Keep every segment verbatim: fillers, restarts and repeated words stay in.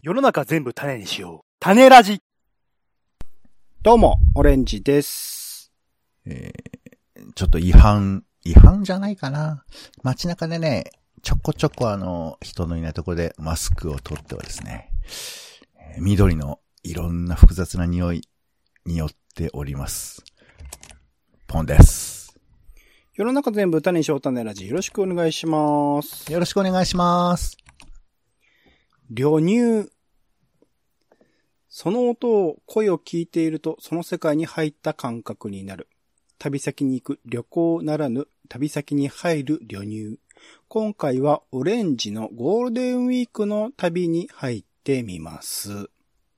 世の中全部種にしよう。種ラジ。 どうも、オレンジです。 えー、ちょっと違反、違反じゃないかな。街中でね、ちょこちょこあの、人のいないところでマスクを取ってはですね、えー、緑のいろんな複雑な匂い、匂っております。ポンです。 世の中全部種にしよう種ラジ。よろしくお願いします。 よろしくお願いします。 旅入。その音を、声を聞いていると、その世界に入った感覚になる。旅先に行く旅行ならぬ、旅先に入る旅入。今回はオレンジのゴールデンウィークの旅に入ってみます。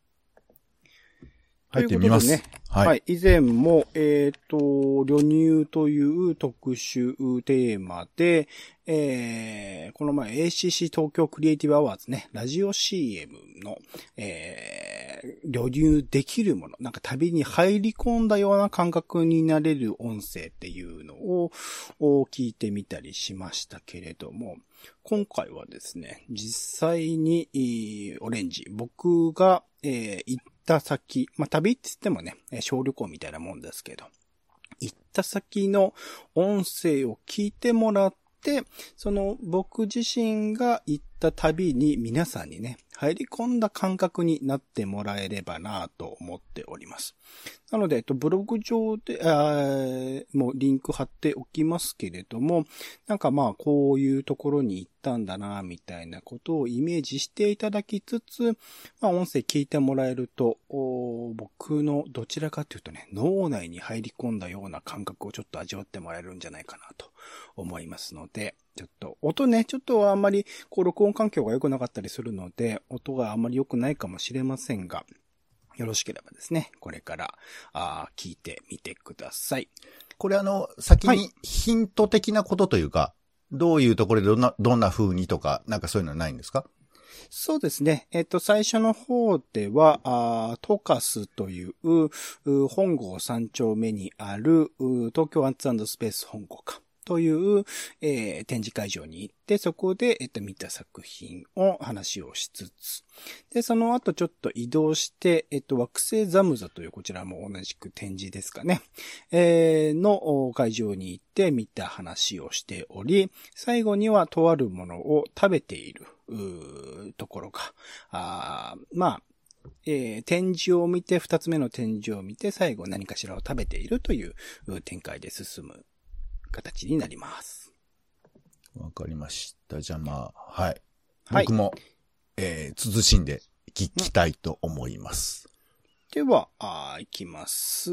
入ってみます。 ということでね、はい、はい。以前も、えっと、旅入という特集テーマで、えー、この前 エーシーシー 東京クリエイティブアワーズね、ラジオ シーエム の、えー、旅入できるもの、なんか旅に入り込んだような感覚になれる音声っていうのを聞いてみたりしましたけれども、今回はですね、実際にオレンジ、僕が、えー、行った先、まあ、旅って言ってもね、小旅行みたいなもんですけど、行った先の音声を聞いてもらって、その僕自身が行った旅に皆さんにね、入り込んだ感覚になってもらえればなと思っております。なので、えっと、ブログ上で、あもうリンク貼っておきますけれども、なんかまあ、こういうところに行ったんだな、みたいなことをイメージしていただきつつ、まあ、音声聞いてもらえると、僕のどちらかというとね、脳内に入り込んだような感覚をちょっと味わってもらえるんじゃないかなと思いますので、ちょっと、音ね、ちょっとあんまり、こう、録音環境が良くなかったりするので、音があんまり良くないかもしれませんが、よろしければですね、これから、あ聞いてみてください。 これあの、先にヒント的なことというか、はい、どういうところでどんな、どんな風にとか、なんかそういうのはないんですか？ そうですね。えっと、最初の方では、あトカスという、う本郷三丁目にある、東京アーツ&スペース本郷か。という、えー、展示会場に行って、そこで、えっと、見た作品を話をしつつ、で、その後ちょっと移動して、えっと、惑星ザムザというこちらも同じく展示ですかね、えー、の会場に行って見た話をしており、最後にはとあるものを食べている、うところが、あまあ、えー、展示を見て、二つ目の展示を見て、最後何かしらを食べているという展開で進む形になります。 わかりました。じゃあまあ、はい。 はい、 僕も、えー、慎んで聞きたいと思います。 うん、では、あ行きます。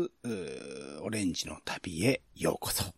オレンジの旅へようこそ。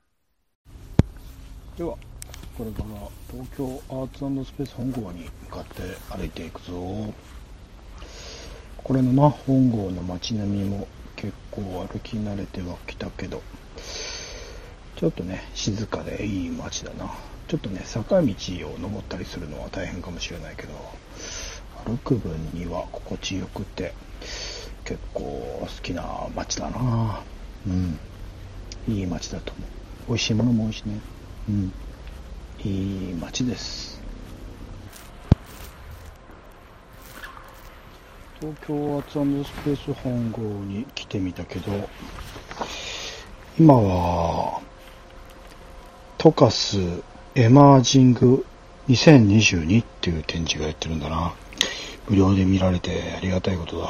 では、これから東京アーツ&スペース本郷に向かって歩いていくぞ。これのな、本郷の街並みも結構歩き慣れてはきたけど、ちょっとね、静かでいい街だな。ちょっとね、坂道を登ったりするのは大変かもしれないけど、歩く分には心地よくて、結構好きな街だな。うん。いい街だと思う。美味しいものも多いしね。うん。いい街です。東京アーツ&スペース本郷に来てみたけど、今は、トカスエマージングにせんにじゅうにっていう展示がやってるんだな。無料で見られてありがたいことだ。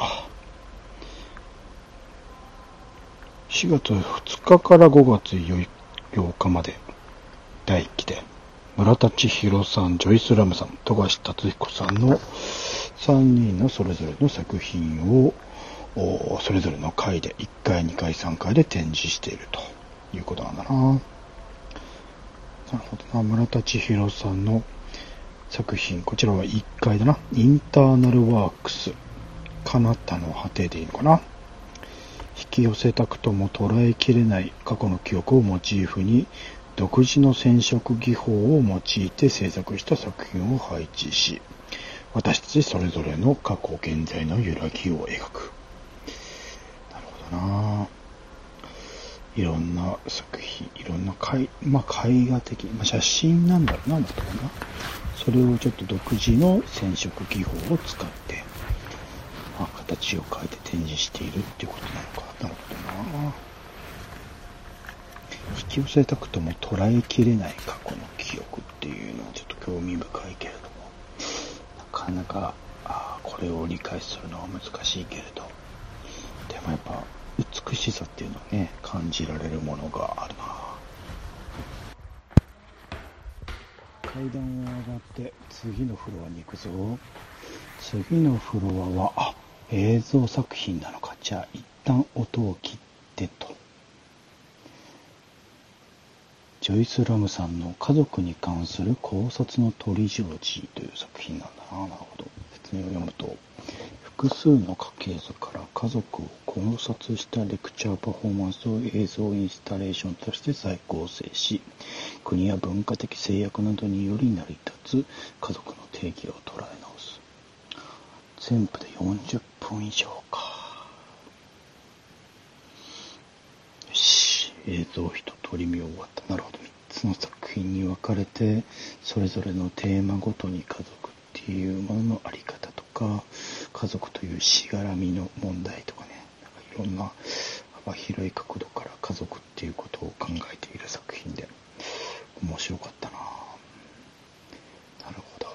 しがつふつかからごがつようかまでだいいっきで村田千尋さん、ジョイス・ラムさん、富樫達彦さんのさんにんのそれぞれの作品をそれぞれの回でいっかい、にかい、さんかいで展示しているということなんだな。なるほどな。村田千尋さんの作品、こちらはいっかいだな。インターナルワークス、彼方の果てでいいのかな。引き寄せたくとも捉えきれない過去の記憶をモチーフに、独自の染色技法を用いて制作した作品を配置し、私たちそれぞれの過去現在の揺らぎを描く。なるほどな。 いろんな作品、いろんな絵、まあ、絵画的、まあ、写真なんだろうな、もともな。それをちょっと独自の染色技法を使って、まあ、形を変えて展示しているっていうことなのか。なるほどな。引き寄せたくとも捉えきれない過去の記憶っていうのはちょっと興味深いけれども、なかなかあこれを理解するのは難しいけれど、でもやっぱ美しさっていうのはね、感じられるものがあるな。階段を上がって次のフロアに行くぞ。次のフロアはあ映像作品なのか。じゃあ一旦音を切ってと。ジョイス・ラムさんの家族に関する考察の鳥ジョージという作品なんだな。なるほど。説明を読むと、複数の家系図から家族を考察したレクチャーパフォーマンスを映像インスタレーションとして再構成し、国や文化的制約などにより成り立つ家族の定義を捉え直す。全部でよんじゅっぷん以上か。よし、映像一通り見終わった。なるほど。みっつの作品に分かれて、それぞれのテーマごとに家族っていうもののあり方とか、家族というしがらみの問題とかね、なんかいろんな幅広い角度から家族っていうことを考えている作品で、面白かったな。なるほど。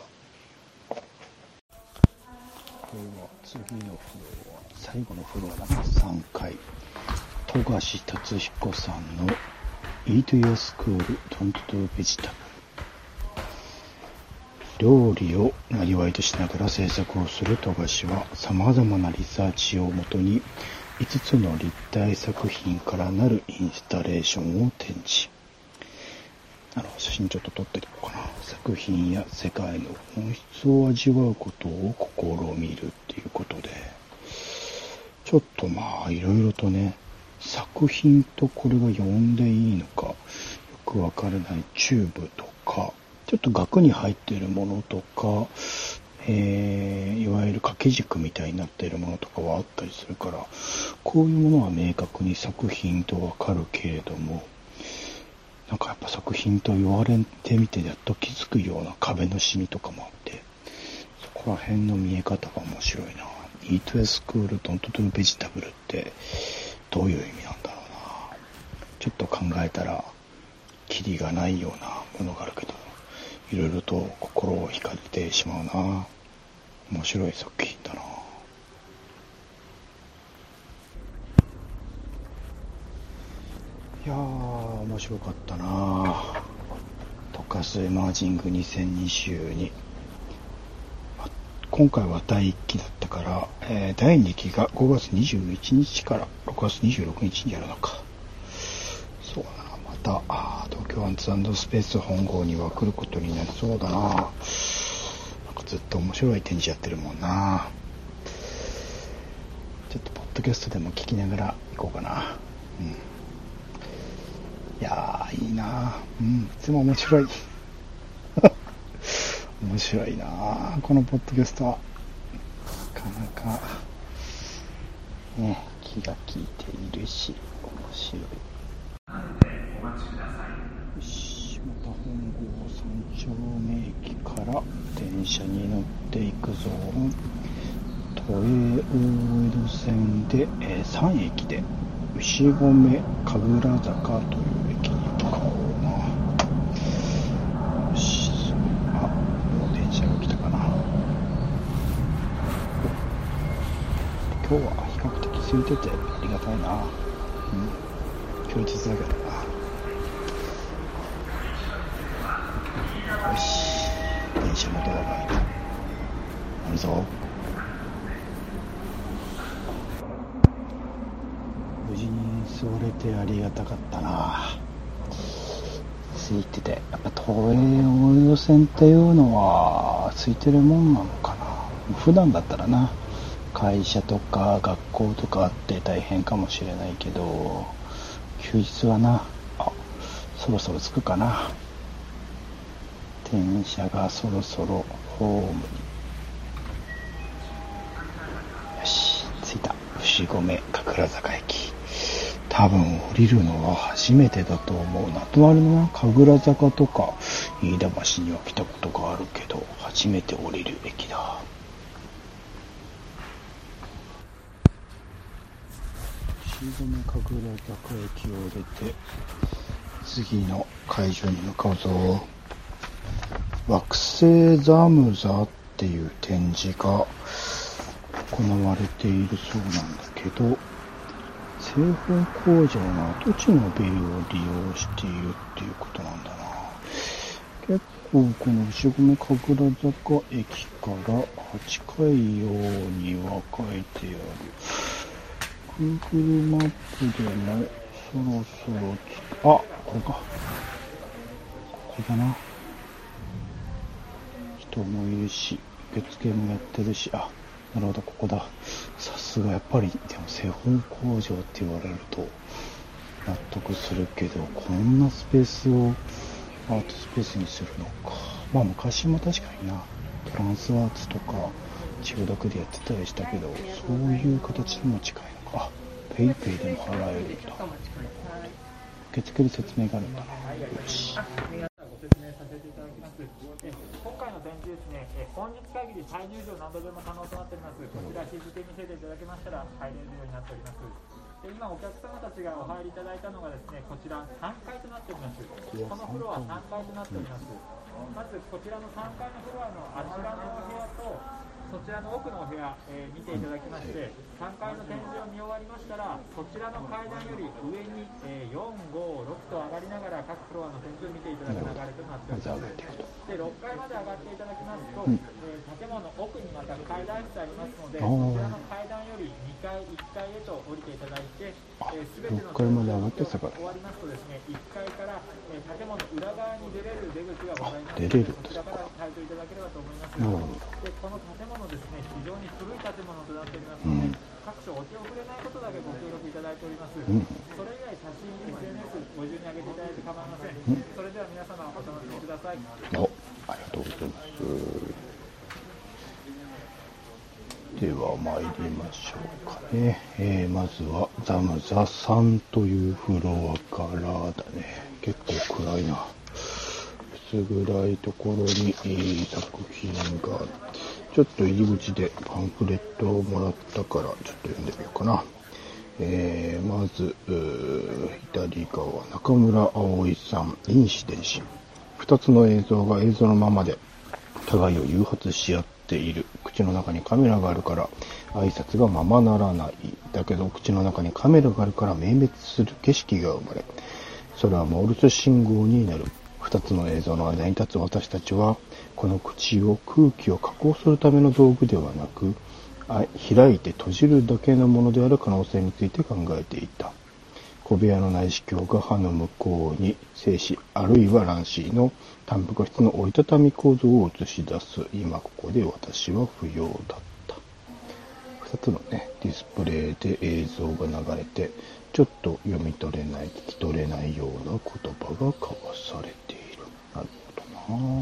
これは次のフロア、最後のフロアだな。さんかい。富樫達彦さんの Eat Your School Don't Do Vegetable。料理を生業としながら制作をする富樫は、様々なリサーチをもとにいつつの立体作品からなるインスタレーションを展示。あの写真ちょっと撮っておこうかな。作品や世界の本質を味わうことを試みるっていうことで、ちょっとまあいろいろとね、作品とこれが呼んでいいのかよくわからないチューブとか、ちょっと額に入っているものとか、えー、いわゆる掛け軸みたいになっているものとかはあったりするから、こういうものは明確に作品とわかるけれども、なんかやっぱ作品と言われてみてやっと気づくような壁のシミとかもあって、そこら辺の見え方が面白いな。Eat Your School Don't Do Vegetable ってどういう意味なんだろうな。ちょっと考えたらキリがないようなものがあるけど、いろいろと心を惹かれてしまうな。面白い作品だな。いやー面白かったな。トカスエマージングにせんにじゅうに、今回はだいいっきだったから、えー、だいにきがごがつにじゅういちにちからろくがつにじゅうろくにちにやるのか。そうだな。またあ東京アンツ&スペース本郷には来ることになりそうだな。なんかずっと面白い展示やってるもんな。ちょっとポッドキャストでも聞きながら行こうかな。うん、いやーいいな。うん、いつも面白い面白いなこのポッドキャストは。なかなかね、気が利いているし面白い。お待ちください。よし、また本郷三丁目駅から電車に乗っていくぞ。都営大江戸線で、えー、さんえきで牛込神楽坂という駅に向かおうな。よし、あ、もう電車が来たかな。今日は比較的空いててありがたいな。うん、休日だけどな。よし、電車のドアが開いた。乗るぞ。無事に座れてありがたかったな。空いてて、やっぱ都営大江戸線っていうのは空いてるもんなのかな。普段だったらな、会社とか学校とかあって大変かもしれないけど、休日はな、あ、そろそろ着くかな。電車がそろそろホームに。よし、着いた。牛込神楽坂駅。 多分降りるのは初めてだと思うな。隣のな、神楽坂とか飯田橋には来たことがあるけど、初めて降りる駅だ。新留神楽坂駅を出て、次の会場に向かうぞ。惑星ザムザっていう展示が行われているそうなんだけど、製本工場の跡地のビルを利用しているっていうことなんだな。結構この牛込神楽坂駅からは近いようには書いてある。Google マップでもそろそろつく、あ、これか。ここだな。人もいるし、受付もやってるし、あ、なるほど、ここだ。さすが、やっぱり、でも製本工場って言われると納得するけど、こんなスペースをアートスペースにするのか。まあ昔も確かにな、トランスアーツとか千代田区でやってたりしたけど、そういう形にも近いのか。ペイペイでも払えるんだ。受付で説明があるんだな。よし。 今回の展示ですね、本日限り再入場何度でも可能となっております。こちら日付見せていただけましたら入れるようになっております。で今お客様たちがお入りいただいたのがですね、こちらさんかいとなっております。このフロアさんかいとなっております。まずこちらのさんがいのフロアのあちらのお部屋とそちらの奥のお部屋、えー、見ていただきまして、さんかいの展示を見終わりましたら、こちらの階段より上に、えー、よん、ご、ろくと上がりながら各フロアの展示を見ていただく流れとなっております。でろっかいまで上がっていただきますと、うん、えー、建物奥にまた階段室ありますので、こちらの階段よりにかい、いっかいへと降りていただいて、えー、全ての展示を終わりますとですね、いっかいから、えー、建物裏側に出れる出口がございますので、こちらから入っていただければと思います。でこの建物ですね、非常に古い建物となっておりますので、うん、各所お手を触れないことだけご協力いただいております。うん、それ以外写真、エスエヌエス ご自由に上げていただいて構いません。うん、それでは皆様お楽しみください。 お、ありがとうございます。では参りましょうかね。えー、まずはザムザさんというフロアからだね。結構暗いな。薄暗いところに作品が、ちょっと入り口でパンフレットをもらったからちょっと読んでみようかな。えー、まず左側、中村葵さん、因子伝心。二つの映像が映像のままで互いを誘発し合っている。口の中にカメラがあるから挨拶がままならない。だけど口の中にカメラがあるから明滅する景色が生まれ、それはモールス信号になる。二つの映像の間に立つ私たちは、この口を空気を加工するための道具ではなく、開いて閉じるだけのものである可能性について考えていた。小部屋の内視鏡が歯の向こうに精子あるいは卵子のタンパク質の折りたたみ構造を映し出す。今ここで私は不要だった。二つのね、ディスプレイで映像が流れて、ちょっと読み取れない、聞き取れないような言葉が交わされている。なるほどな。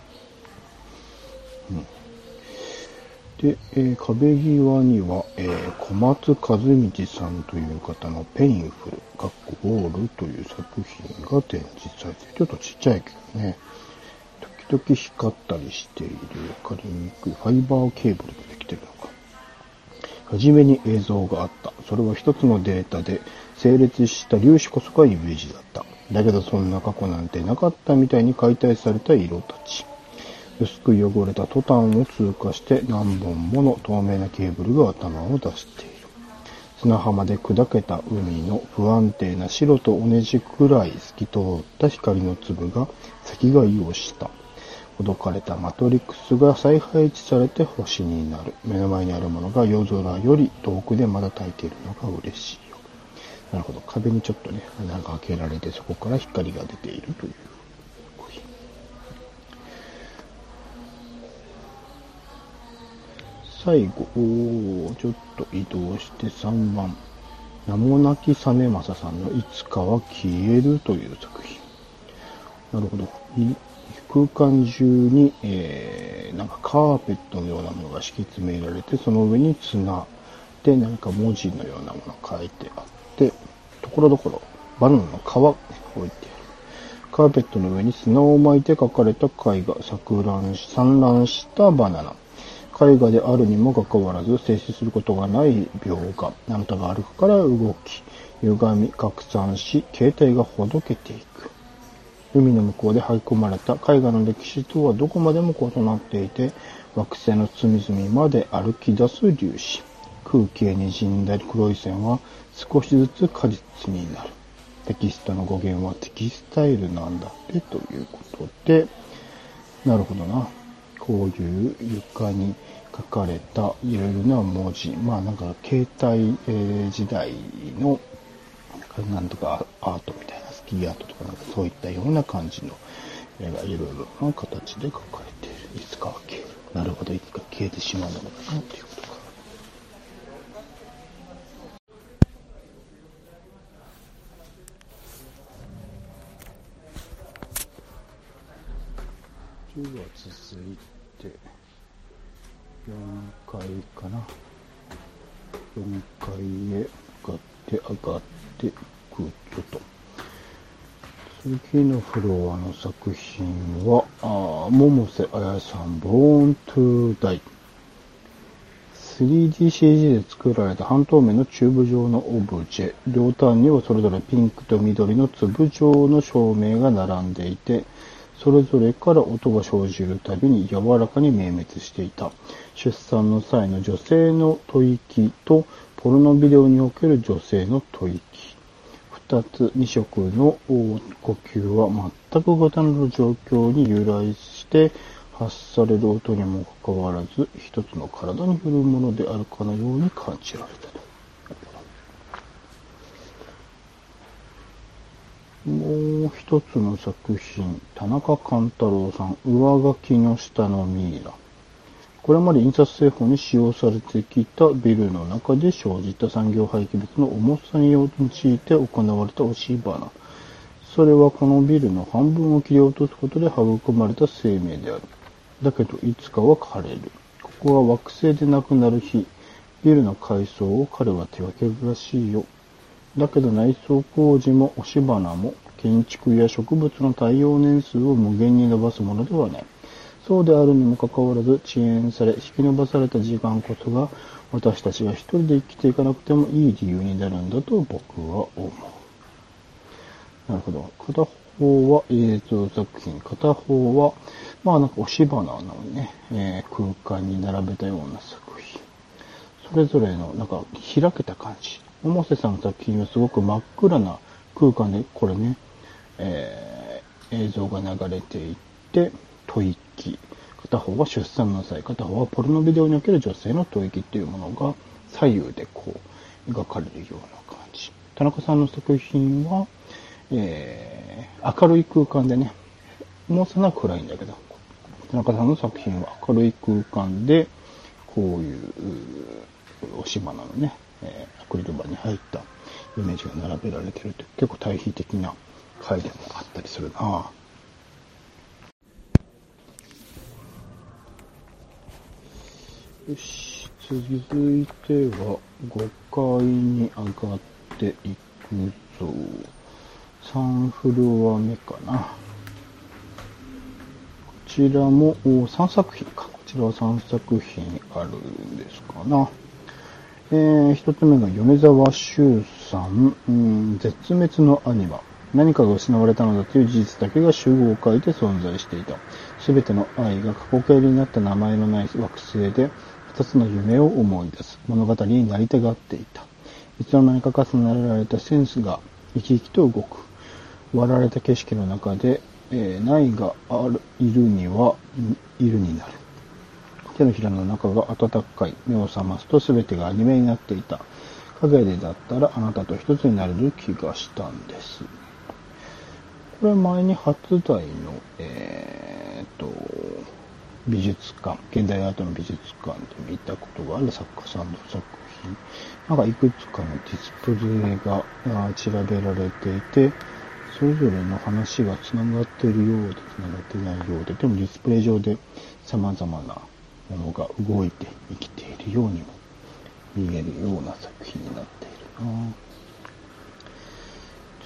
うん。で、えー、壁際には、えー、小松和道さんという方のペインフル、かっこウォールという作品が展示されている。ちょっとちっちゃいけどね。時々光ったりしている。わかりにくい。ファイバーケーブルでできてるのか。はじめに映像があった。それは一つのデータで整列した粒子こそがイメージだった。だけどそんな過去なんてなかったみたいに解体された色たち。薄く汚れたトタンを通過して何本もの透明なケーブルが頭を出している。砂浜で砕けた海の不安定な白と同じくらい透き通った光の粒が先がいをした。ほどかれたマトリックスが再配置されて星になる。目の前にあるものが夜空より遠くでまだ焚いているのが嬉しいよ。なるほど。壁にちょっとね、穴が開けられてそこから光が出ているという。最後、ちょっと移動してさんばん。名もなき実正さんのいつかは消えるという作品。なるほど。空間中に、えー、なんかカーペットのようなものが敷き詰められて、その上に綱で何か文字のようなものが書いてあって、ところどころバナナの皮を置いてある。カーペットの上に砂を巻いて描かれた絵画、錯乱し、散乱したバナナ。絵画であるにもかかわらず、静止することがない描画。あなたが歩くから動き、歪み、拡散し、形態がほどけていく。海の向こうで描き込まれた絵画の歴史とはどこまでも異なっていて、惑星の隅々まで歩き出す粒子。空気へ滲んだ黒い線は少しずつ果実になる。テキストの語源はテキスタイルなんだってということで、なるほどな。こういう床に書かれたいろいろな文字。まあなんか携帯、えー、時代のなんとかアートみたいな、スキーアートとかなんかそういったような感じの絵がいろいろな形で描かれている。いつかは消える。なるほど、いつか消えてしまうものだなっていうことか。では続いてよんかいかな。よんかいへ上がって上がっていくと。次のフロアの作品は、あ百瀬綾さん、Born to Die。スリーディーシージー で作られた半透明のチューブ状のオブジェ。両端にはそれぞれピンクと緑の粒状の照明が並んでいて、それぞれから音が生じるたびに柔らかに明滅していた。出産の際の女性の吐息とポルノビデオにおける女性の吐息。二つ、二色の呼吸は全く異なる状況に由来して発される音にもかかわらず、一つの体に振るものであるかのように感じられたと。もう一つの作品、田中勘太郎さん、上書きの下のミイラ。これまで印刷製法に使用されてきたビルの中で生じた産業廃棄物の重さに用いて行われた押し花。それはこのビルの半分を切り落とすことで育まれた生命である。だけどいつかは枯れる。ここは惑星でなくなる日。ビルの改装を彼は手掛けるらしいよ。だけど内装工事も押し花も建築や植物の耐用年数を無限に伸ばすものではない。そうであるにもかかわらず遅延され引き延ばされた時間こそが私たちが一人で生きていかなくてもいい理由になるんだと僕は思う。なるほど。片方は映像作品、片方はまあなんか押し花のね、えー、空間に並べたような作品。それぞれのなんか開けた感じ。百瀬さんの作品はすごく真っ暗な空間でこれね、えー、映像が流れていって吐息、片方は出産の際、片方はポルノビデオにおける女性の吐息っていうものが左右でこう描かれるような感じ。田中さんの作品は、えー、明るい空間でね、もうそんな暗いんだけど、田中さんの作品は明るい空間でこういう押し花のね、えー、アクリル板に入ったイメージが並べられているという結構対比的な回でもあったりするな。よし、続いてはごかいに上がっていくぞ。さんフロア目かな。こちらもさんさく品か。こちらはさんさく品あるんですかな。えー、一つ目が米沢修さん、うん、絶滅のアニマ。何かが失われたのだという事実だけが集合体で存在していた。すべての愛が過去形になった名前のない惑星で二つの夢を思い出す物語になりたがっていた。いつの間にか重ねられたセンスが生き生きと動く。割られた景色の中で、えー、ないがある、いるには、いるになる。手のひらの中が温かい。目を覚ますと全てがアニメになっていた。影でだったらあなたと一つになれる気がしたんです。これ前に初代の、えー、と美術館、現代アートの美術館で見たことがある作家さんの作品。なんかいくつかのディスプレイが散らべられていて、それぞれの話がつながっているようでつながっていないようで、でもディスプレイ上で様々なものが動いて生きているようにも見えるような作品になっているな。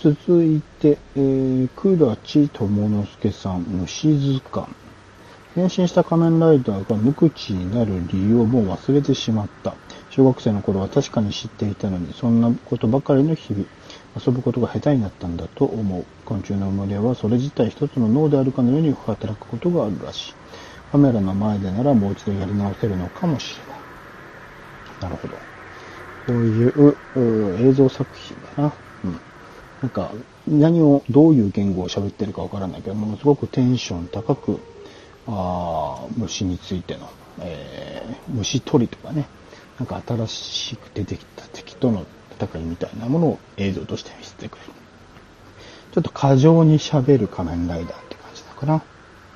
続いて、えー、倉地智之助さん、虫図鑑。変身した仮面ライダーが無口になる理由をもう忘れてしまった。小学生の頃は確かに知っていたのに、そんなことばかりの日々。遊ぶことが下手になったんだと思う。昆虫の群れはそれ自体一つの脳であるかのように働くことがあるらしい。カメラの前でならもう一度やり直せるのかもしれない。なるほど。こういう映像作品だな。うん。なんか、何を、どういう言語を喋ってるかわからないけど、ものすごくテンション高く、あ虫についての、えー、虫取りとかね、なんか新しく出てきた敵との戦いみたいなものを映像として見せてくれる。ちょっと過剰に喋る仮面ライダーって感じだかな。ちょ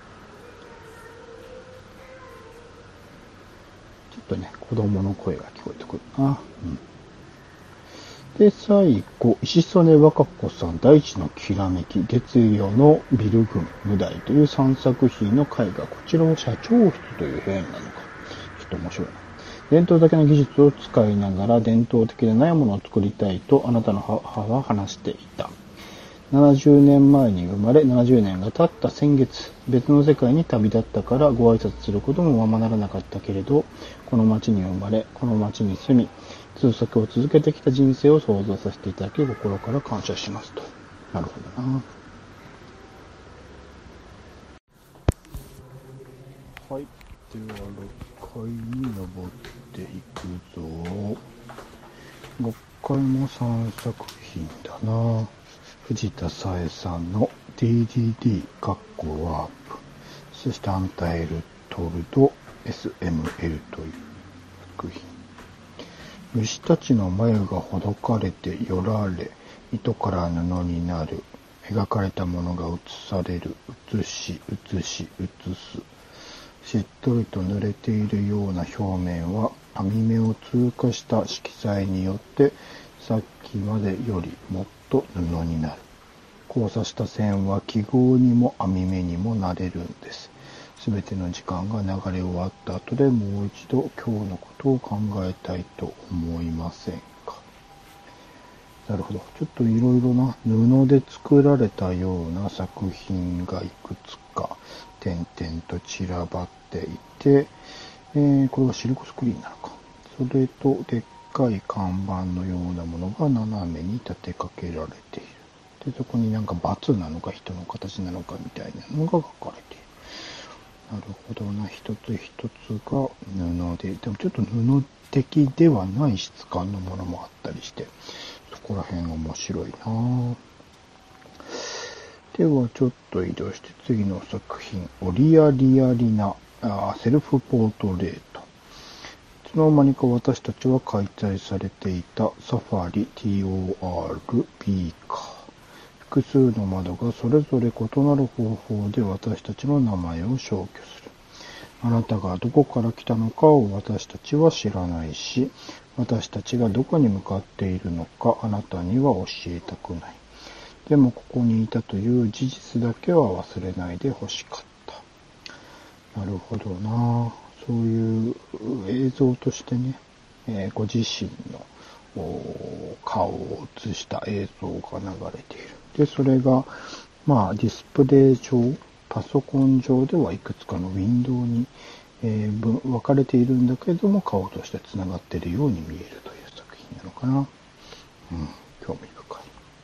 っとね、子供の声が聞こえてくるな。うん、で、最後、石曽根和歌子さん、大地のきらめき、月夜のビル群、無題というさんさく品の絵画。こちらは社長室という部屋になるのか。ちょっと面白いな。伝統的な技術を使いながら伝統的でないものを作りたいとあなたの母は話していた。ななじゅうねんまえに生まれ、ななじゅうねんが経った先月、別の世界に旅立ったからご挨拶することもままならなかったけれど、この町に生まれ、この町に住み、通作を続けてきた人生を想像させていただき、心から感謝しますと。なるほどな。はい。では、ろっかいに登っていくぞ。ろっかいもさんさく品だな。藤田紗恵さんの ディーディーディー カッコワープ。そしてアンタエルトルド エスエムエル という作品。虫たちの眉がほどかれてよられ、糸から布になる。描かれたものが写される。写し、写し、写す。しっとりと濡れているような表面は網目を通過した色彩によってさっきまでよりもっと布になる。交差した線は記号にも網目にもなれるんです。すべての時間が流れ終わった後でもう一度今日のことを考えたいと思いませんか。なるほど。ちょっといろいろな布で作られたような作品がいくつか点々と散らばっていて、えー、これはシルクスクリーンなのか。それとでっかい看板のようなものが斜めに立てかけられている。で、そこになんかバツなのか人の形なのかみたいなのが書かれている。なるほどな。一つ一つが布で、でもちょっと布的ではない質感のものもあったりして、そこら辺面白いなぁ。ではちょっと移動して次の作品、オリアリアリなあセルフポートレート。いつの間にか私たちは開催されていたサファリ ティーオーアールビー カー。複数の窓がそれぞれ異なる方法で私たちの名前を消去する。あなたがどこから来たのかを私たちは知らないし、私たちがどこに向かっているのかあなたには教えたくない。でもここにいたという事実だけは忘れないでほしかった。なるほどな。そういう映像としてね、えー、ご自身の顔を映した映像が流れている。で、それが、まあ、ディスプレイ上、パソコン上ではいくつかのウィンドウに、えー、分かれているんだけれども、顔として繋がっているように見えるという作品なのかな。うん、興味深い。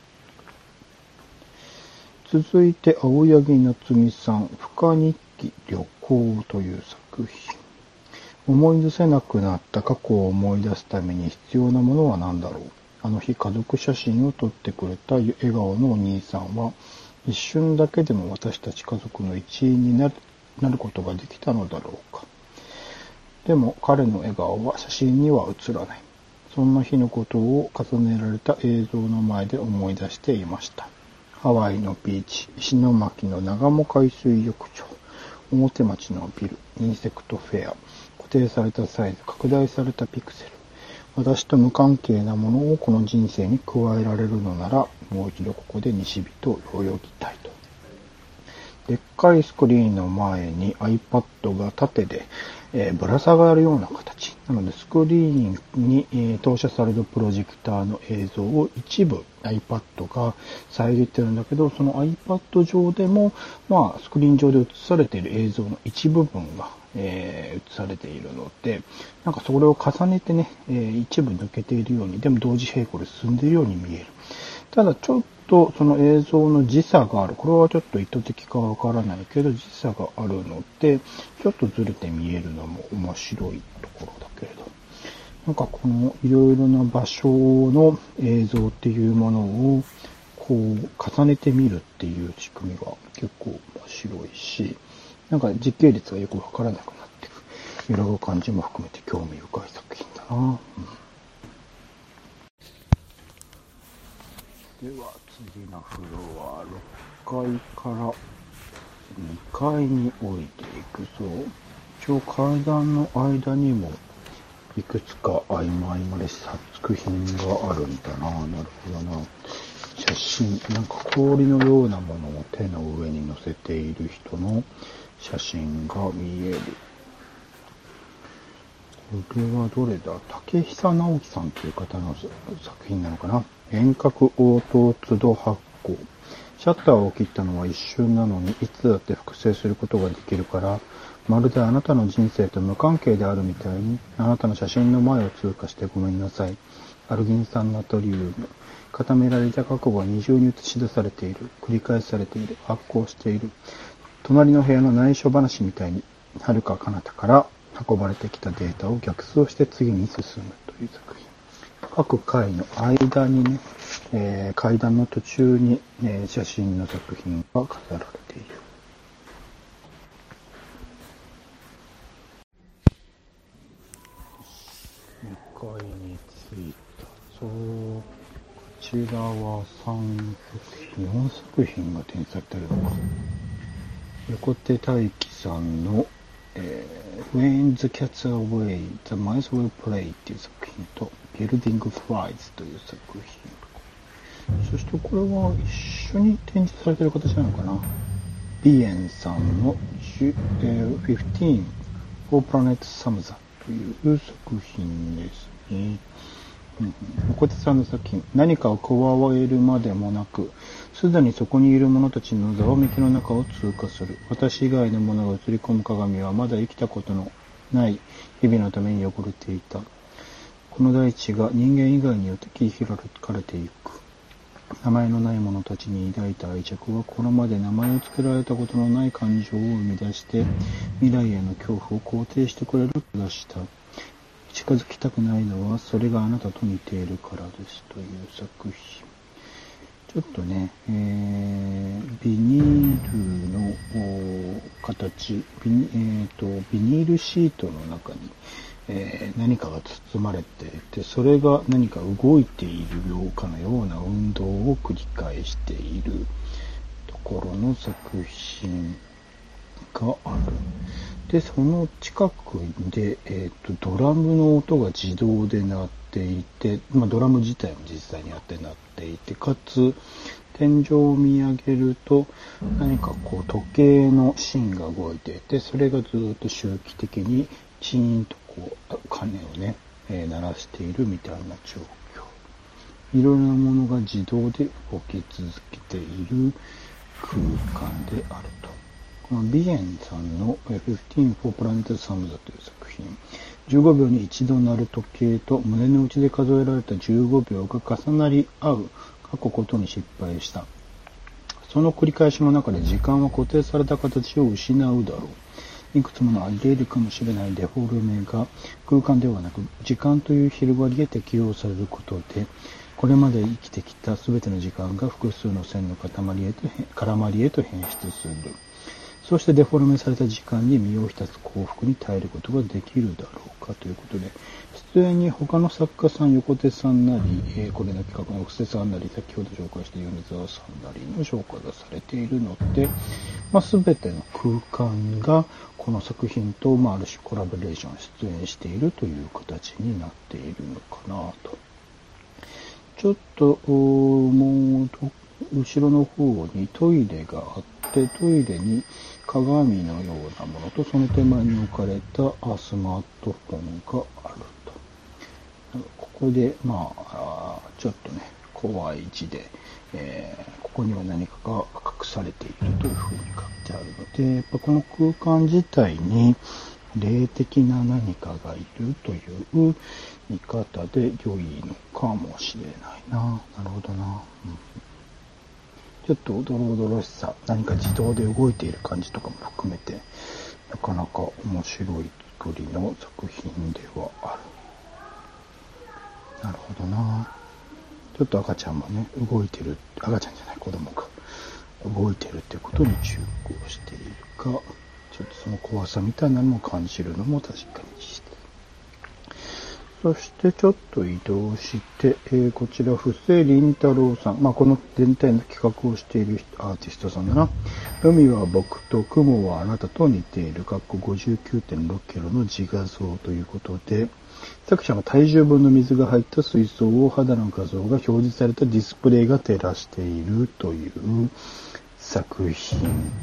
続いて、青柳夏美さん、深日記旅行という作品。思い出せなくなった過去を思い出すために必要なものは何だろう。あの日家族写真を撮ってくれた笑顔のお兄さんは、一瞬だけでも私たち家族の一員になる、なることができたのだろうか。でも彼の笑顔は写真には写らない。そんな日のことを重ねられた映像の前で思い出していました。ハワイのビーチ、石巻の長茂海水浴場、表町のビル、インセクトフェア、固定されたサイズ、拡大されたピクセル。私と無関係なものをこの人生に加えられるのなら、もう一度ここで西日と泳ぎたいと。でっかいスクリーンの前に iPad が縦で、えー、ぶら下がるような形。 なので、スクリーンに、えー、投射されるプロジェクターの映像を一部 iPad が遮ってるんだけど、その iPad 上でも、まあ、スクリーン上で映されている映像の一部分が、えー、映されているので、なんかそれを重ねてね、えー、一部抜けているように、でも同時並行で進んでいるように見える。ただちょっとその映像の時差がある。これはちょっと意図的かわからないけど、時差があるので、ちょっとずれて見えるのも面白いところだけれど。なんかこのいろいろな場所の映像っていうものをこう重ねてみるっていう仕組みが結構面白いし、なんか時系列がよくわからなくなっていく。揺らぐ感じも含めて興味深い作品だな。うんでは次のフロアろっかいからにかいに降りていくそう。一応階段の間にもいくつか合間合間で作品があるんだな。なるほどな。写真、なんか氷のようなものを手の上に乗せている人の写真が見える。これはどれだ？竹久直樹さんという方の作品なのかな。遠隔応答都度発光。シャッターを切ったのは一瞬なのに、いつだって複製することができるから、まるであなたの人生と無関係であるみたいに、あなたの写真の前を通過してごめんなさい。アルギン酸ナトリウム。固められた覚悟は二重に映し出されている。繰り返されている。発光している。隣の部屋の内緒話みたいに、遥か彼方から運ばれてきたデータを逆走して次に進むという作品。各回の間にね、えー、階段の途中に、えー、写真の作品が飾られている。にかいに着いた。そう、こちらはさんさく品、よんさく品が展示されているのか。横手大輝さんの、えー、When the Cats Are Away, The Mice Will Play っていう作品と、Building Flies という作品。そしてこれは一緒に展示されている形なのかな。ビエンさんのじゅう、えー、フィフティーン For Planet Samza という作品ですね。横手さんの作品、何かを加えるまでもなく、すでにそこにいる者たちのざわめきの中を通過する。私以外の者が映り込む鏡はまだ生きたことのない日々のために汚れていた。この大地が人間以外によって切り開かれていく。名前のない者たちに抱いた愛着はこれまで名前を付けられたことのない感情を生み出して未来への恐怖を肯定してくれると出した。近づきたくないのはそれがあなたと似ているからですという作品。ちょっとね、えー、ビニールの形、ビニ、えーと、ビニールシートの中に、えー、何かが包まれていて、それが何か動いているようかのような運動を繰り返しているところの作品がある。で、その近くで、えーと、ドラムの音が自動で鳴っていて、まあ、ドラム自体も実際にあって鳴っていて、かつ天井を見上げると何かこう時計の芯が動いていて、それがずっと周期的にチーンとこう鐘をね、えー、鳴らしているみたいな状況。いろいろなものが自動で動き続けている空間であると。このビエンさんのフィフティーン for Planet Samza という作品。じゅうごびょうに一度鳴る時計と胸の内で数えられたじゅうごびょうが重なり合う過去ことに失敗した。その繰り返しの中で時間は固定された形を失うだろう。いくつものあり得るかもしれないデフォルメが空間ではなく時間という広がりへ適用されることで、これまで生きてきた全ての時間が複数の線の塊へと絡まりへと変質する。そしてデフォルメされた時間に身を浸す幸福に耐えることができるだろうかということで、出演に他の作家さん、横手さんなり、えー、これだけ書くの布施さんなり、先ほど紹介した米沢さんなりの紹介がされているので、まあ、全ての空間がこの作品と、まあ、ある種コラボレーション出演しているという形になっているのかなと。ちょっともう後ろの方にトイレがあって、トイレに鏡のようなものとその手前に置かれたスマートフォンがあると。ここで、まあ、ちょっとね、怖い字で、えー、ここには何かが隠されているというふうに書いてあるので、やっぱこの空間自体に霊的な何かがいるという見方で良いのかもしれないな。なるほどな。うん、ちょっとおどろおどろしさ、何か自動で動いている感じとかも含めて、なかなか面白い作りの作品ではある。なるほどな。ちょっと赤ちゃんもね、動いてる、赤ちゃんじゃない子供か、動いてるってことに注目をしているか、ちょっとその怖さみたいなのを感じるのも確かにして。そしてちょっと移動して、えー、こちら、布施凛太郎さん。まあ、この全体の企画をしているアーティストさんだな。海は僕と雲はあなたと似ている、かっこ ごじゅうきゅうてんろくキロの自画像ということで、作者が体重分の水が入った水槽を肌の画像が表示されたディスプレイが照らしているという作品。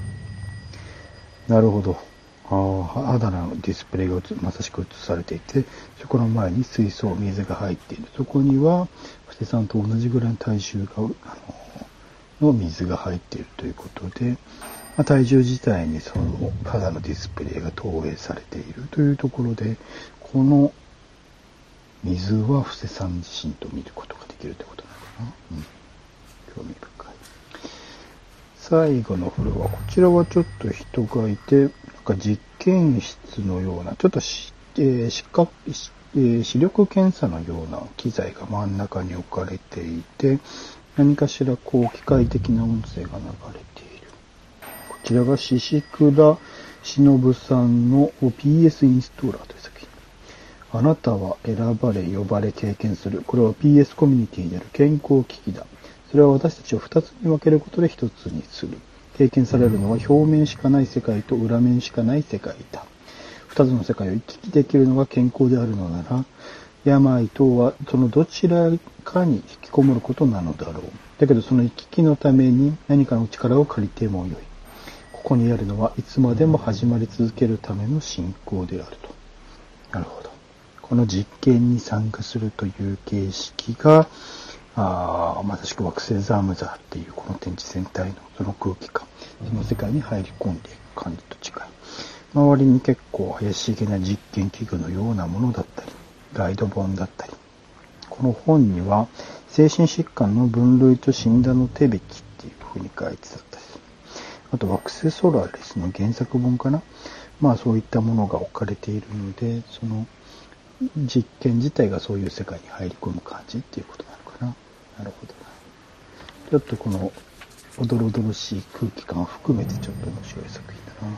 なるほど。あ肌のディスプレイがまさしく映されていて、そこの前に水槽、水が入っている。そこには、布施さんと同じぐらいの体重が、あの、の水が入っているということで、まあ、体重自体にその肌のディスプレイが投影されているというところで、この水は布施さん自身と見ることができるということなのかな。うん。興味深い。最後のフロア、こちらはちょっと人がいて、なんか実験室のような、ちょっとし、えー、視覚、えー、視力検査のような機材が真ん中に置かれていて、何かしらこう機械的な音声が流れている。こちらが宍倉忍さんの ピーエス インストーラーという作品。あなたは選ばれ、呼ばれ、経験する。これは ピーエス コミュニティである健康機器だ。それは私たちを二つに分けることで一つにする。経験されるのは表面しかない世界と裏面しかない世界だ。二つの世界を行き来できるのが健康であるのなら、病等はそのどちらかに引きこもることなのだろう。だけどその行き来のために何かの力を借りてもよい。ここにあるのはいつまでも始まり続けるための信仰であると。なるほど。この実験に参加するという形式が、あまさしく惑星ザームザーっていうこの展示全体のその空気感、その世界に入り込んでいく感じと近い。周りに結構怪しげな実験器具のようなものだったり、ガイド本だったり、この本には精神疾患の分類と診断の手引きっていう風に書いてあったり、あと惑星ソラリスの原作本かな。まあそういったものが置かれているので、その実験自体がそういう世界に入り込む感じっていうことなのかな。なるほどな。ちょっとこのおどろおどろしい空気感を含めてちょっと面白い作品だな。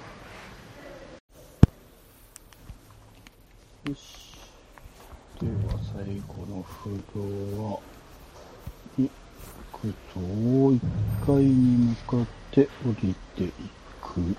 よし。では最後のフロアに行くと、いっかいに向かって降りていく。いっ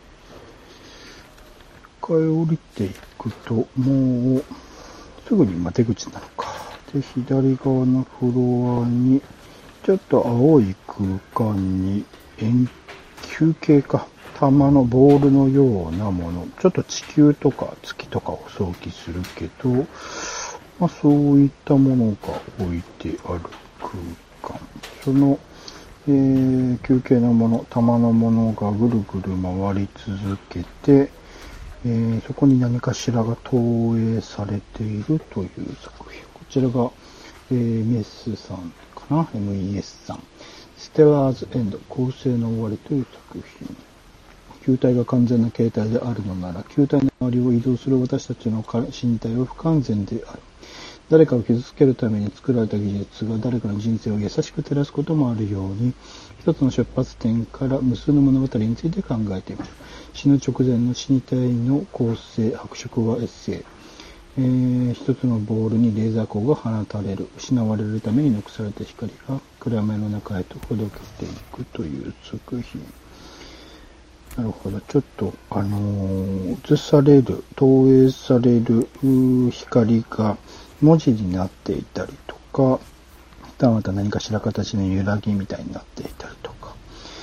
かい降りていくと、もうすぐにまあ出口なのか。で、左側のフロアに、ちょっと青い空間に円球形か。玉のボールのようなもの。ちょっと地球とか月とかを想起するけど、まあそういったものが置いてある空間。その、えー、球形のもの、玉のものがぐるぐる回り続けて、えー、そこに何かしらが投影されているという作品。こちらが、えー、エムエス さんかな ?エムイーエス さん。ステラーズエンド、恒星の終わりという作品。球体が完全な形態であるのなら、球体の周りを移動する私たちの身体は不完全である。誰かを傷つけるために作られた技術が誰かの人生を優しく照らすこともあるように、一つの出発点から無数の物語について考えてみる。死ぬ直前の死に体の構成、白色はエッセイ。えー、一つのボールにレーザー光が放たれる。失われるために残された光が暗闇の中へとほどけていくという作品。なるほど。ちょっと、あのー、映される、投影される光が文字になっていたりとか、またまた何かしら形の揺らぎみたいになっていたりとか。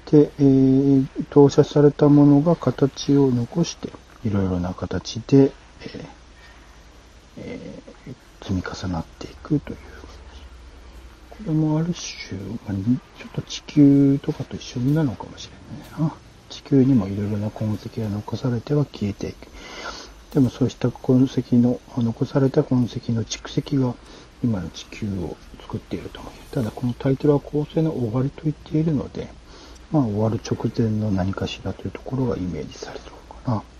で、えー、投射されたものが形を残して、いろいろな形で、えーえー、積み重なっていくという。これもある種、まあ、ちょっと地球とかと一緒なのかもしれないな。地球にもいろいろな痕跡が残されては消えていく。でもそうした痕跡の、残された痕跡の蓄積が今の地球を作っていると思う。ただこのタイトルは構成の終わりと言っているので、まあ終わる直前の何かしらというところがイメージされているのかな。うん、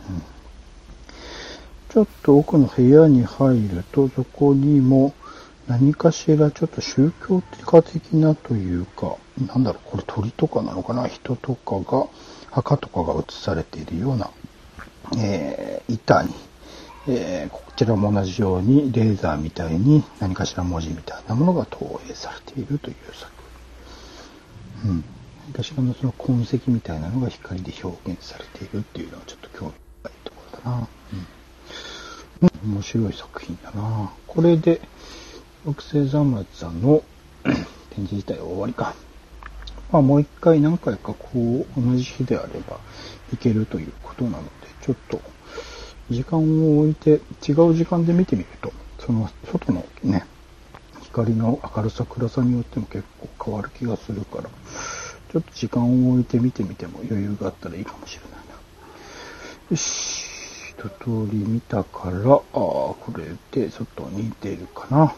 ちょっと奥の部屋に入ると、そこにも何かしらちょっと宗教的なというか、なんだろう、これ鳥とかなのかな、人とかが、墓とかが映されているような、えー、板に、えー、こちらも同じようにレーザーみたいに何かしら文字みたいなものが投影されているという作品。うん。何かしらのその痕跡みたいなのが光で表現されているっていうのはちょっと興味深いところだな。うん。うん、面白い作品だな。これで、六星残松さんの展示自体は終わりか。まあもう一回何回かこう同じ日であればいけるということなので、ちょっと時間を置いて違う時間で見てみると、その外のね、光の明るさ暗さによっても結構変わる気がするから、ちょっと時間を置いて見てみても余裕があったらいいかもしれないな。よし、一通り見たから、ああ、これで外に出るかな。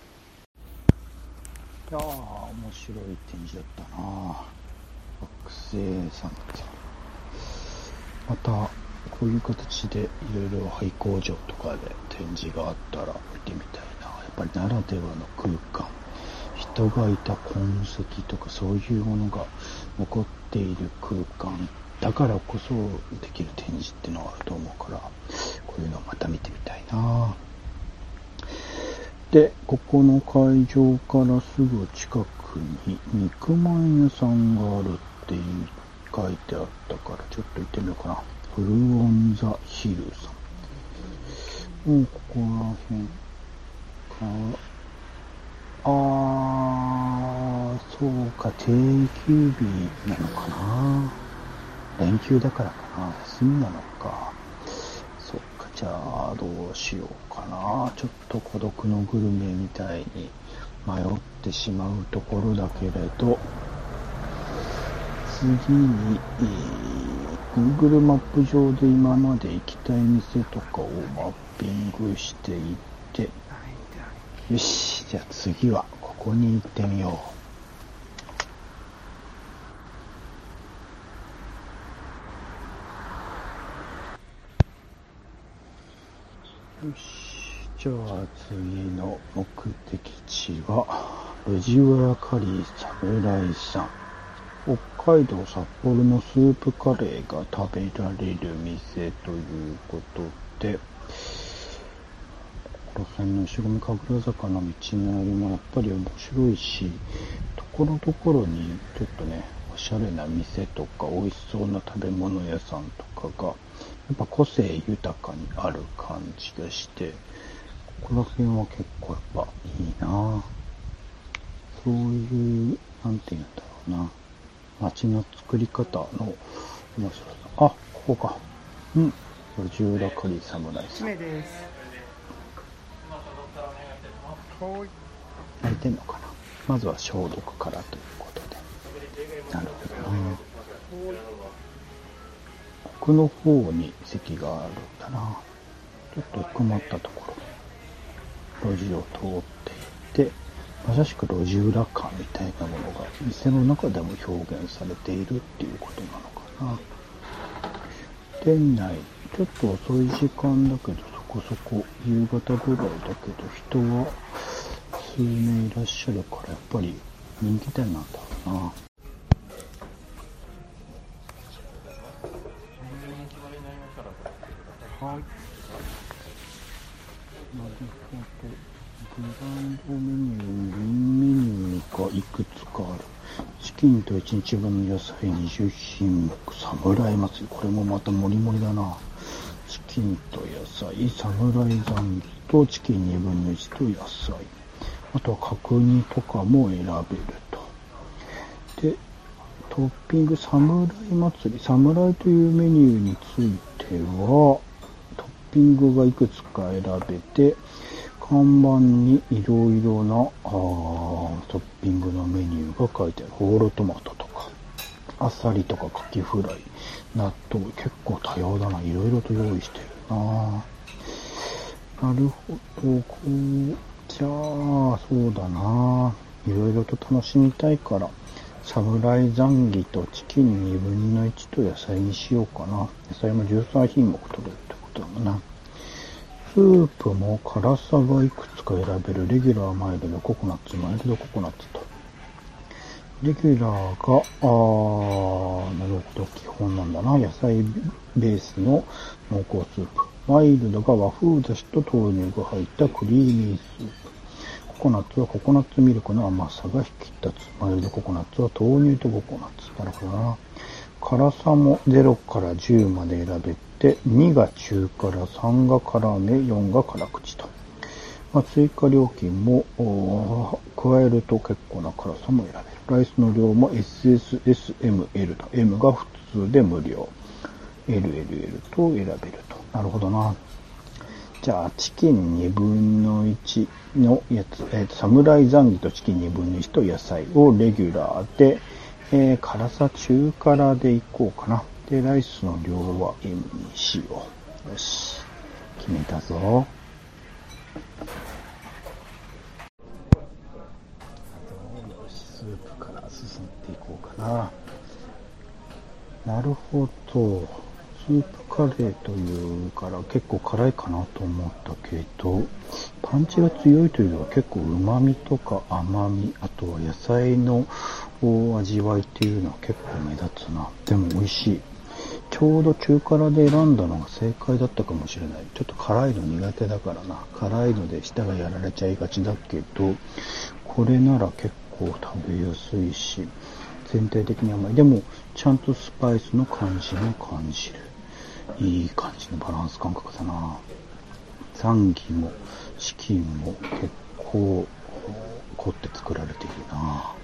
いやー、面白い展示だったな。惑星さんまたこういう形でいろいろ廃工場とかで展示があったら見てみたいな。やっぱりならではの空間、人がいた痕跡とかそういうものが残っている空間だからこそできる展示っていうのがあると思うから、こういうのをまた見てみたいな。で、ここの会場からすぐ近くに肉まん屋さんがあるって書いてあったから、ちょっと行ってみようかな。フルオンザヒルさん。もうここら辺か。あー、そうか、定休日なのかな。連休だからかな。休みなのか。そっか、じゃあどうしようかな。ちょっと孤独のグルメみたいに迷ってしまうところだけれど、次に、えー、Google マップ上で今まで行きたい店とかをマッピングしていって、よし、じゃあ次はここに行ってみよう。よし、じゃあ次の目的地は路地裏カリー侍さん。北海道札幌のスープカレーが食べられる店ということで、この辺の石込神楽坂の道のりもやっぱり面白いし、ところどころにちょっとね、おしゃれな店とか美味しそうな食べ物屋さんとかがやっぱ個性豊かにある感じがして、ここら辺は結構やっぱいいな。そういう、なんていうんだろうな、街の作り方の面白さ。あ、ここか。うん。路地裏カリー侍さん。 めです。はい。 開いてんのかな。まずは消毒からということで。なるほどね。奥の方に席があるんだな。ちょっと奥まったところ。路地を通っていって、まさしく路地裏感みたいなものが店の中でも表現されているっていうことなのかな。店内、ちょっと遅い時間だけどそこそこ夕方ぐらいだけど人は数名いらっしゃるからやっぱり人気店なんだろうな。はい。なるほど。グランドメニュー、メインメニューがいくつかある。チキンといちにちぶんの野菜にじゅう品目、侍祭り。これもまたモリモリだな。チキンと野菜、侍ザンギとチキンにぶんのいちと野菜。あとは角煮とかも選べると。で、 トッピング侍祭り、侍というメニューについては、トッピングがいくつか選べて、看板にいろいろなあトッピングのメニューが書いてある。ホールトマトとか、アサリとかカキフライ、納豆、結構多様だな。いろいろと用意してるな。なるほど、こう、じゃあ、そうだな。いろいろと楽しみたいから、侍ザンギとチキンにぶんのいちと野菜にしようかな。野菜もじゅうさんひんもく取れるってことだもんな。スープも辛さがいくつか選べる。レギュラー、マイルド、ココナッツ、マイルドココナッツと。レギュラーが、あー、なるほど、基本なんだな。野菜ベースの濃厚スープ。マイルドが和風だしと豆乳が入ったクリーミースープ。ココナッツはココナッツミルクの甘さが引き立つ。マイルドココナッツは豆乳とココナッツ。なるほどな。辛さもゼロからじゅうまで選べて、にが中辛、さんが辛め、よんが辛口と。まあ、追加料金も加えると結構な辛さも選べる。ライスの量も エスエスエスエムエル と。M が普通で無料。エルエルエル と選べると。なるほどな。じゃあ、チキンにぶんのいちのやつ、えっと、侍ザンギとチキンにぶんのいちと野菜をレギュラーで、えー、辛さ中辛でいこうかな。で、ライスの量は M にしよう。よし。決めたぞ。スープから進んでいこうかな。なるほど。スープカレーというから結構辛いかなと思ったけど、パンチが強いというのは結構旨味とか甘み、あとは野菜の味わいっていうのは結構目立つな。でも美味しい。ちょうど中辛で選んだのが正解だったかもしれない。ちょっと辛いの苦手だからな。辛いので舌がやられちゃいがちだけど、これなら結構食べやすいし、全体的に甘い。でもちゃんとスパイスの感じも感じる。いい感じのバランス感覚だな。ザンギもチキンも結構凝って作られているな。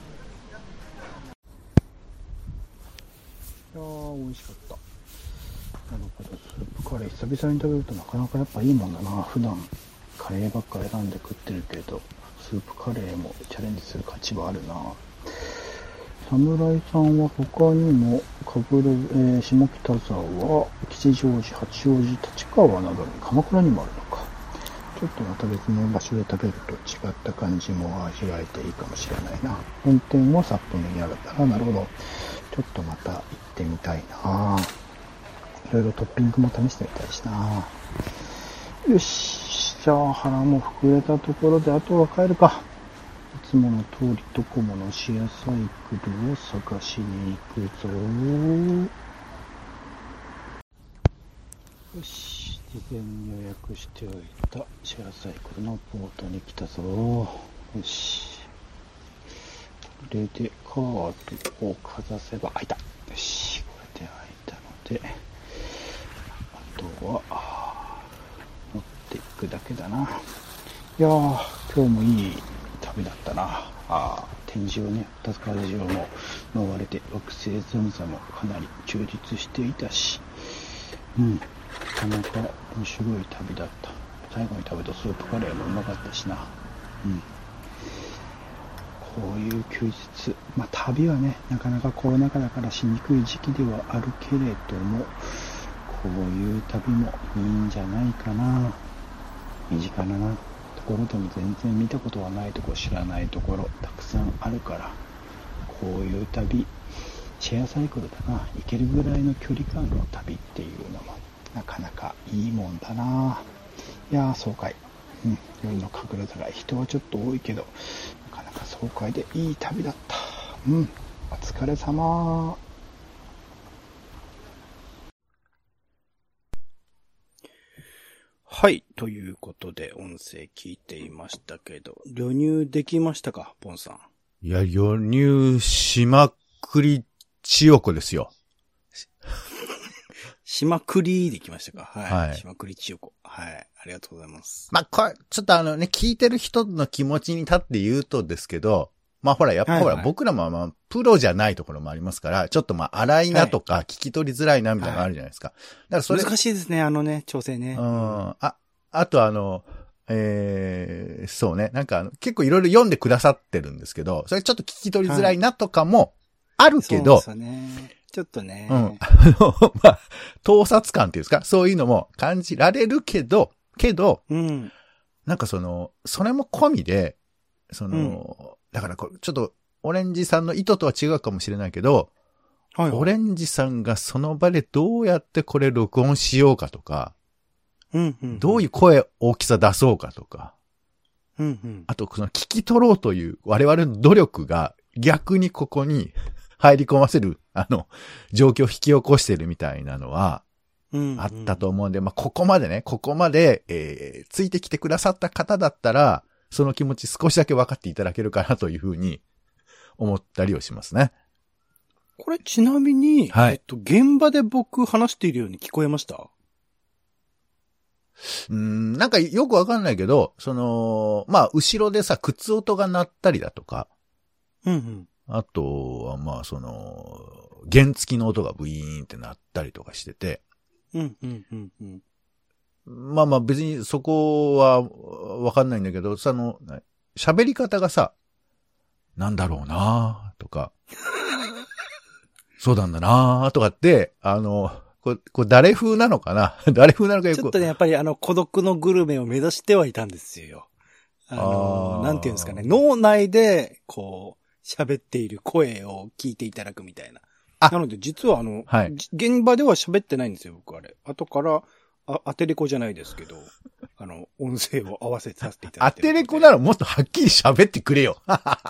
いやー、美味しかった。なるほど。スープカレー久々に食べるとなかなかやっぱいいもんだな。普段カレーばっか選んで食ってるけど、スープカレーもチャレンジする価値はあるな。侍さんは他にも、かぐる、えー、下北沢、吉祥寺、八王子、立川などに鎌倉にもあるのか。ちょっとまた別の場所で食べると違った感じも味わえていいかもしれないな。本店も札幌にあるんだな。なるほど。ちょっとまた行ってみたいな。いろいろトッピングも試してみたいしな。よし。じゃあ腹も膨れたところであとは帰るか。いつもの通りドコモのシェアサイクルを探しに行くぞ。よし。事前に予約しておいたシェアサイクルのポートに来たぞ。よし。これでカードをかざせば開いた。よし。これで開いたので、あとは持っていくだけだな。いやー、今日もいい旅だったな。あ展示をね、二つ会場も回れて、惑星存在もかなり充実していたし、うん、なかなか面白い旅だった。最後に食べたスープカレーもうまかったしな。うん。こういう休日、まあ旅はね、なかなかコロナ禍だからしにくい時期ではあるけれども、こういう旅もいいんじゃないかな。身近なな。ところでも全然見たことはないところ、知らないところたくさんあるから、こういう旅シェアサイクルだな。行けるぐらいの距離感の旅っていうのもなかなかいいもんだな。いやー、爽快。うん、夜の神楽坂、人はちょっと多いけどなかなか爽快でいい旅だった。うん、お疲れ様。はい。ということで、音声聞いていましたけど、旅入できましたか、ポンさん。 いや、旅入しまくり千代子ですよ。 しまくりできましたか。はい。はい、しまくり千代子。はい。ありがとうございます。 まあ、これ、ちょっとあのね、聞いてる人の気持ちに立って言うとですけど、 まあほら、やっぱほら、 はいはい僕らもまあ、プロじゃないところもありますから、ちょっとまあ、荒いなとか、聞き取りづらいなみたいなのがあるじゃないですか。だからそれ。 難しいですね、あのね、調整ね。 うん。あ、あとあの、えー、そうね。なんかあの、結構いろいろ読んでくださってるんですけど、それちょっと聞き取りづらいなとかもあるけど、 そうですよね。ちょっとね。 うん。あの、まあ、盗撮感っていうんですか、そういうのも感じられるけど、けど、 うん。 なんかその、それも込みで、その、うん、だからこれ、ちょっと、オレンジさんの意図とは違うかもしれないけど、はいはい、オレンジさんがその場でどうやってこれ録音しようかとか、 うんうんうん、 どういう声大きさ出そうかとか、 うんうん、 あとその聞き取ろうという我々の努力が逆にここに入り込ませる、あの、状況を引き起こしてるみたいなのは、あったと思うんで、うんうん、まあ、ここまでね、ここまで、えー、ついてきてくださった方だったら、その気持ち少しだけ分かっていただけるかなというふうに思ったりをしますね。 これちなみに、 はい、 えっと、現場で僕話しているように聞こえました？ うーん、なんかよくわかんないけど、その、まあ、後ろでさ、靴音が鳴ったりだとか、 うんうん。 あとは、まあ、その、原付の音がブイーンって鳴ったりとかしてて、 うんうんうんうん。 まあまあ別にそこはわかんないんだけど、その、喋り方がさ、なんだろうなとか、そうなんだなとかって、あの、これ、これ誰風なのかな誰風なのかよく。 ちょっとね、やっぱりあの、孤独のグルメを目指してはいたんですよ。あの、あなんていうんですかね、脳内で、こう、喋っている声を聞いていただくみたいな。あなので、実はあの、 はい、 現場では喋ってないんですよ、僕あれ。後から、あ、アテレコじゃないですけど、あの、音声を合わせさせていただいて。 アテレコならもっとはっきり喋ってくれよ。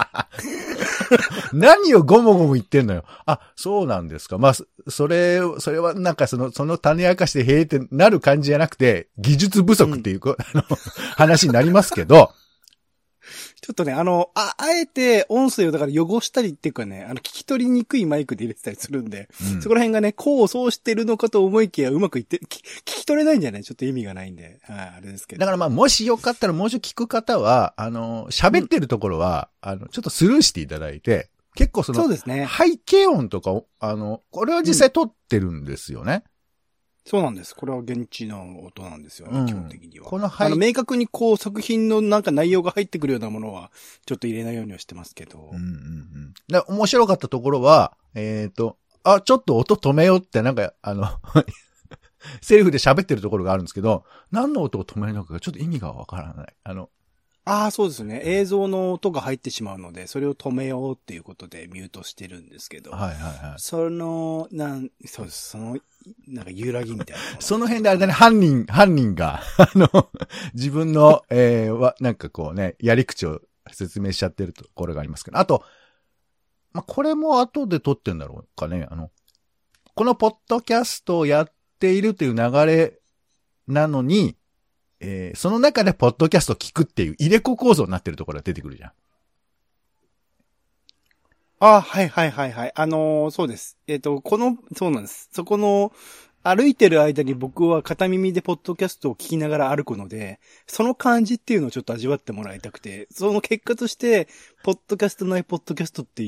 何をゴモゴモ言ってんのよ。あ、そうなんですか。まあ、それ、それはなんかその、その種明かしでへーってなる感じじゃなくて、技術不足っていう、うん、あの、話になりますけど、 ちょっとね、あの、あ、あえて音声をだから汚したりっていうかね、あの、聞き取りにくいマイクで入れてたりするんで、うん、そこら辺がね、こうそうしてるのかと思いきやうまくいって、聞き取れないんじゃないちょっと意味がないんで、はい、あれですけど。 だからまあ、もしよかったらもうちょい聞く方は、あの、喋ってるところは、うん、あの、ちょっとスルーしていただいて、結構その、 そうですね。 背景音とかを、あの、これは実際撮ってるんですよね。うんそうなんです。これは現地の音なんですよね、うん、基本的には。 このあの、明確にこう作品のなんか内容が入ってくるようなものは、ちょっと入れないようにはしてますけど。 うんうんうん。だ面白かったところは、えっと、あ、ちょっと音止めようってなんか、あの、セリフで喋ってるところがあるんですけど、何の音を止めるのかがちょっと意味がわからない。あの、 ああ、そうですね。映像の音が入ってしまうので、それを止めようっていうことでミュートしてるんですけど。 はいはいはい。 その、なん、そうです。その、なんか揺らぎみたいな。 その辺であれだね、犯人、犯人が、あの、自分の、えー、わ、なんかこうね、やり口を説明しちゃってるところがありますけど。あと、まあ、これも後で撮ってんだろうかね。あの、このポッドキャストをやっているという流れなのに、えー、その中でポッドキャストを聞くっていう入れ子構造になってるところが出てくるじゃん。 あ、はいはいはいはい。あのー、そうです。えっと、この、そうなんです。そこの、歩いてる間に僕は片耳でポッドキャストを聞きながら歩くので、その感じっていうのをちょっと味わってもらいたくて、その結果として、ポッドキャストないポッドキャストっていう、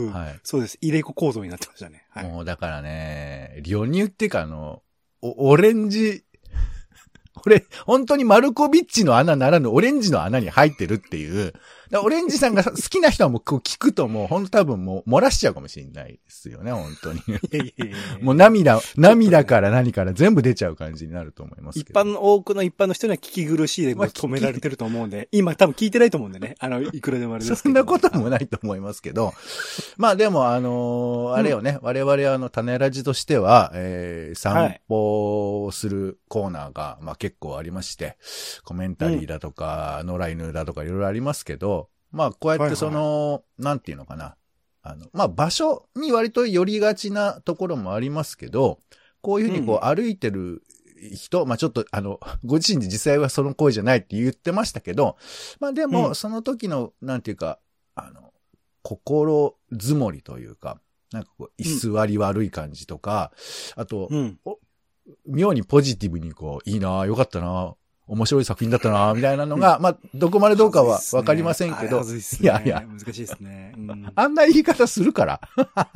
はい、そうです。入れ子構造になってましたね。はい、 もうだからね、旅入っていうかあの、お、オレンジ、俺、本当にマルコビッチの穴ならぬオレンジの穴に入ってるっていう。だオレンジさんが好きな人はもう聞くともう本当多分もう漏らしちゃうかもしれないですよね、本当に。もう涙、涙から何から全部出ちゃう感じになると思いますけど。 一般の、多くの一般の人には聞き苦しいでも止められてると思うんで、今多分聞いてないと思うんでね。あの、いくらでもあれですけど。 そんなこともないと思いますけど。まあでもあのー、あれよね、うん、我々あの、種ラジとしては、えー、散歩するコーナーが、まあ結構ありまして、コメンタリーだとか、うん、野良犬だとかいろいろありますけど、まあ、こうやってその、はいはい、なんていうのかな。あの、まあ、場所に割と寄りがちなところもありますけど、こういうふうにこう歩いてる人、うん、まあ、ちょっとあの、ご自身で実際はその声じゃないって言ってましたけど、まあ、でも、その時の、なんていうか、あの、心づもりというか、なんかこう、居座り悪い感じとか、うん、あと、うん、妙にポジティブにこう、いいな、よかったな、 面白い作品だったな、みたいなのが、まあ、どこまでどうかはわかりませんけど、 いね、 いやいや、 難しいですね。うん、 あんな言い方するから。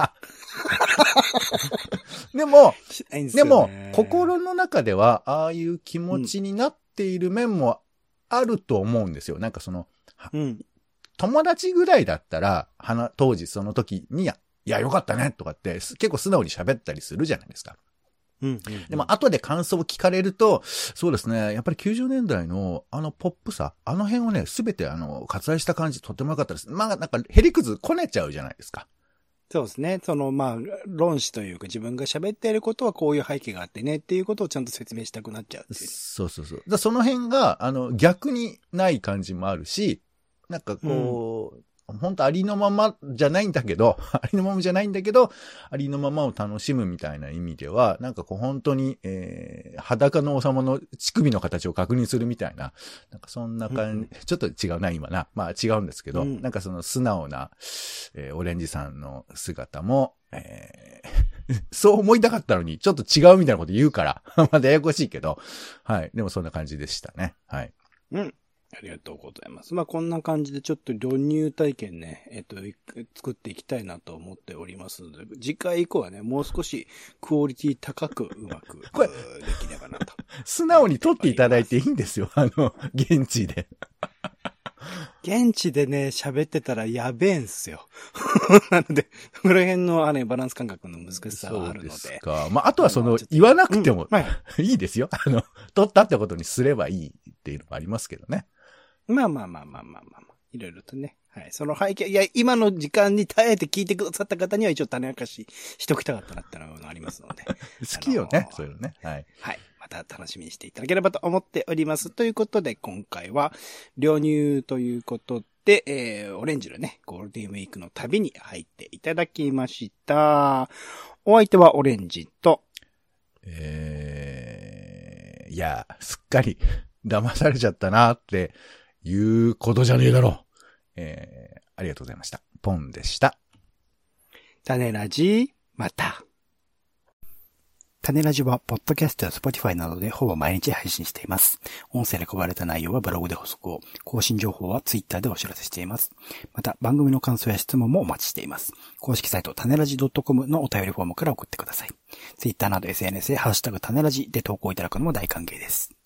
でも、で, でも、心の中では、ああいう気持ちになっている面もあると思うんですよ。なんかその、うん、友達ぐらいだったら、当時その時に、いや、よかったね、とかって、結構素直に喋ったりするじゃないですか。うんうんうん、でも後で感想を聞かれると、そうですね、やっぱりきゅうじゅうねんだいのあのポップさ、あの辺をね、すべてあの、割愛した感じとっても良かったです。まあなんか、へりくずこねちゃうじゃないですか。 そうですね。その、まあ、論旨というか自分が喋っていることはこういう背景があってねっていうことをちゃんと説明したくなっちゃうっていう。 そうそうそう。だその辺が、あの、逆にない感じもあるし、なんかこう、うん本当ありのままじゃないんだけど、ありのままじゃないんだけど、ありのままを楽しむみたいな意味では、なんかこう本当に、えー、裸の王様の乳首の形を確認するみたいな、なんかそんな感じ、うん、ちょっと違うな、今な。まあ違うんですけど、うん、なんかその素直な、えー、オレンジさんの姿も、えー、そう思いたかったのに、ちょっと違うみたいなこと言うから、まだややこしいけど、はい。でもそんな感じでしたね。はい。 うん。ありがとうございます。まあ、こんな感じでちょっと旅入体験ね、えっと、作っていきたいなと思っておりますので、次回以降はね、もう少しクオリティ高くうまくこれできればなと。 素直に撮っていただいていいんですよ。あの、現地で。 現地でね、喋ってたらやべえんすよ。なので、この辺のあれ、バランス感覚の難しさはあるので。そうですか。まあ、あとはその、言わなくても、うんはい、いいですよ。あの、撮ったってことにすればいいっていうのもありますけどね。 まあまあまあまあまあまあ、まあ、いろいろとね。はい。その背景、いや、今の時間に耐えて聞いてくださった方には一応種明かししときたかったなってのがありますので。 好きよね、そういうのね。はい。 はい。また楽しみにしていただければと思っております。ということで、今回は、旅入ということで、えー、オレンジのね、ゴールデンウィークの旅に入っていただきました。お相手はオレンジと、 えー、いや、すっかり騙されちゃったなっていうことじゃねえだろう。えー、ありがとうございました。ポンでした。 種ラジ、また。種ラジは、ポッドキャストやスポティファイなどでほぼ毎日配信しています。音声で配られた内容はブログで補足を、更新情報はツイッターでお知らせしています。また、番組の感想や質問もお待ちしています。公式サイト、種ラジ .com のお便りフォームから送ってください。ツイッターなど エスエヌエス でハッシュタグ種ラジで投稿いただくのも大歓迎です。